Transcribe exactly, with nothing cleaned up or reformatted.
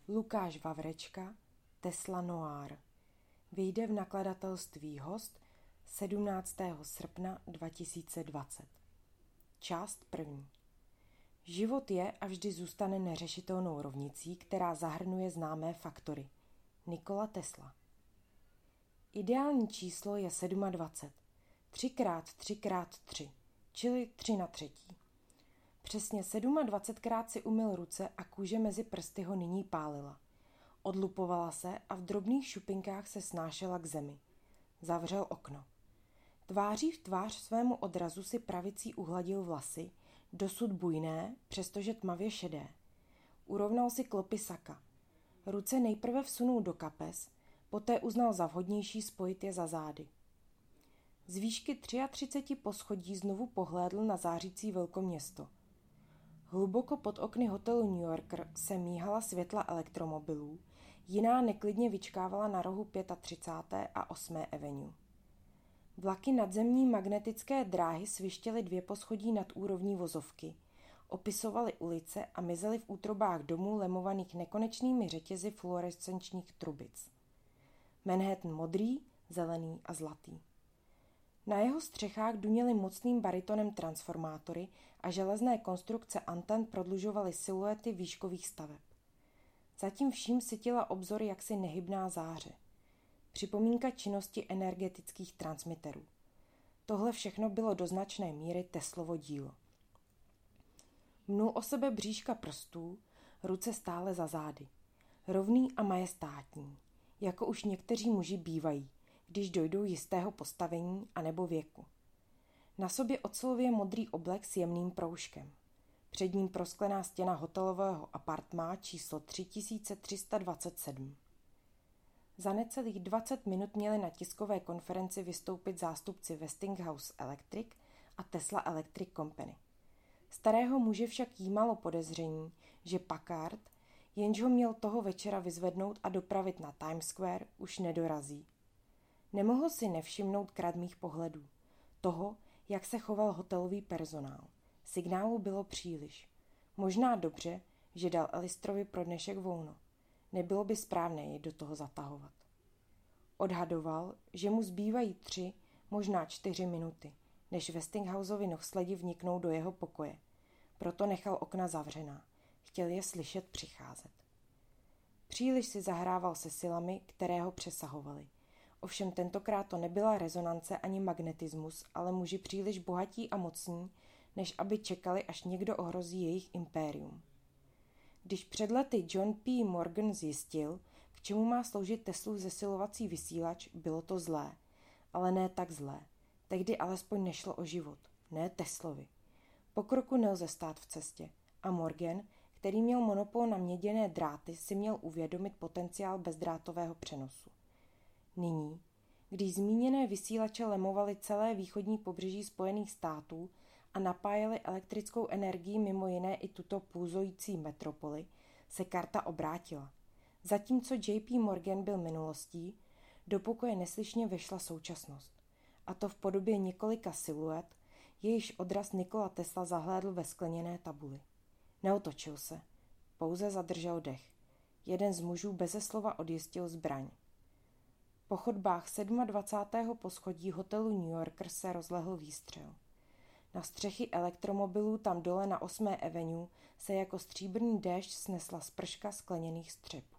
Lukáš Vavrečka, Tesla Noir. Vyjde v nakladatelství Host sedmnáctého srpna dva tisíce dvacet. Část první. Život je a vždy zůstane neřešitelnou rovnicí, která zahrnuje známé faktory. Nikola Tesla. Ideální číslo je dvacet sedm. tři krát tři krát tři, čili tři na třetí. Přesně dvacetkrát si umyl ruce a kůže mezi prsty ho nyní pálila. Odlupovala se a v drobných šupinkách se snášela k zemi. Zavřel okno. Tváří v tvář svému odrazu si pravicí uhladil vlasy, dosud bujné, přestože tmavě šedé. Urovnal si klopy saka. Ruce nejprve vsunul do kapes, poté uznal za vhodnější spojit je za zády. Z výšky třicet tři poschodí znovu pohlédl na zářící velkoměsto. Hluboko pod okny hotelu New Yorker se míhala světla elektromobilů, jiná neklidně vyčkávala na rohu třicáté páté a osmé Avenue. Vlaky nadzemní magnetické dráhy svištěly dvě poschodí nad úrovní vozovky, opisovaly ulice a mizely v útrobách domů lemovaných nekonečnými řetězy fluorescenčních trubic. Manhattan modrý, zelený a zlatý. Na jeho střechách duněly mocným baritonem transformátory a železné konstrukce anten prodlužovaly siluety výškových staveb. Zatím vším sytila obzor jaksi nehybná záře. Připomínka činnosti energetických transmiterů. Tohle všechno bylo do značné míry Teslovo dílo. Mnul o sebe bříška prstů, ruce stále za zády. Rovný a majestátní, jako už někteří muži bývají, když dojdou jistého postavení anebo věku. Na sobě ocelově modrý oblek s jemným proužkem. Před ním prosklená stěna hotelového apartmá číslo tři tisíce tři sta dvacet sedm. Za necelých dvacet minut měli na tiskové konferenci vystoupit zástupci Westinghouse Electric a Tesla Electric Company. Starého muže však jímalo podezření, že Packard, jenž ho měl toho večera vyzvednout a dopravit na Times Square, už nedorazí. Nemohl si nevšimnout kradmých pohledů. Toho, jak se choval hotelový personál. Signálu bylo příliš. Možná dobře, že dal Elistrovi pro dnešek volno. Nebylo by správné je do toho zatahovat. Odhadoval, že mu zbývají tři, možná čtyři minuty, než Westinghouseovi nohsledi vniknou do jeho pokoje. Proto nechal okna zavřená. Chtěl je slyšet přicházet. Příliš si zahrával se silami, které ho přesahovaly. Ovšem tentokrát to nebyla rezonance ani magnetismus, ale muži příliš bohatí a mocní, než aby čekali, až někdo ohrozí jejich impérium. Když před lety John P. Morgan zjistil, k čemu má sloužit Teslův zesilovací vysílač, bylo to zlé, ale ne tak zlé. Tehdy alespoň nešlo o život, ne Teslovi. Pokroku nelze stát v cestě a Morgan, který měl monopol na měděné dráty, si měl uvědomit potenciál bezdrátového přenosu. Nyní, když zmíněné vysílače lemovaly celé východní pobřeží Spojených států a napájely elektrickou energií mimo jiné i tuto pulzující metropoli, se karta obrátila. Zatímco J P. Morgan byl minulostí, do pokoje neslyšně vešla současnost. A to v podobě několika siluet, jejichž odraz Nikola Tesla zahlédl ve skleněné tabuli. Neotočil se, pouze zadržel dech. Jeden z mužů beze slova odjistil zbraň. Po chodbách dvacátého sedmého poschodí hotelu New Yorker se rozlehl výstřel. Na střechy elektromobilů tam dole na osmé Avenue se jako stříbrný déšť snesla sprška skleněných střepů.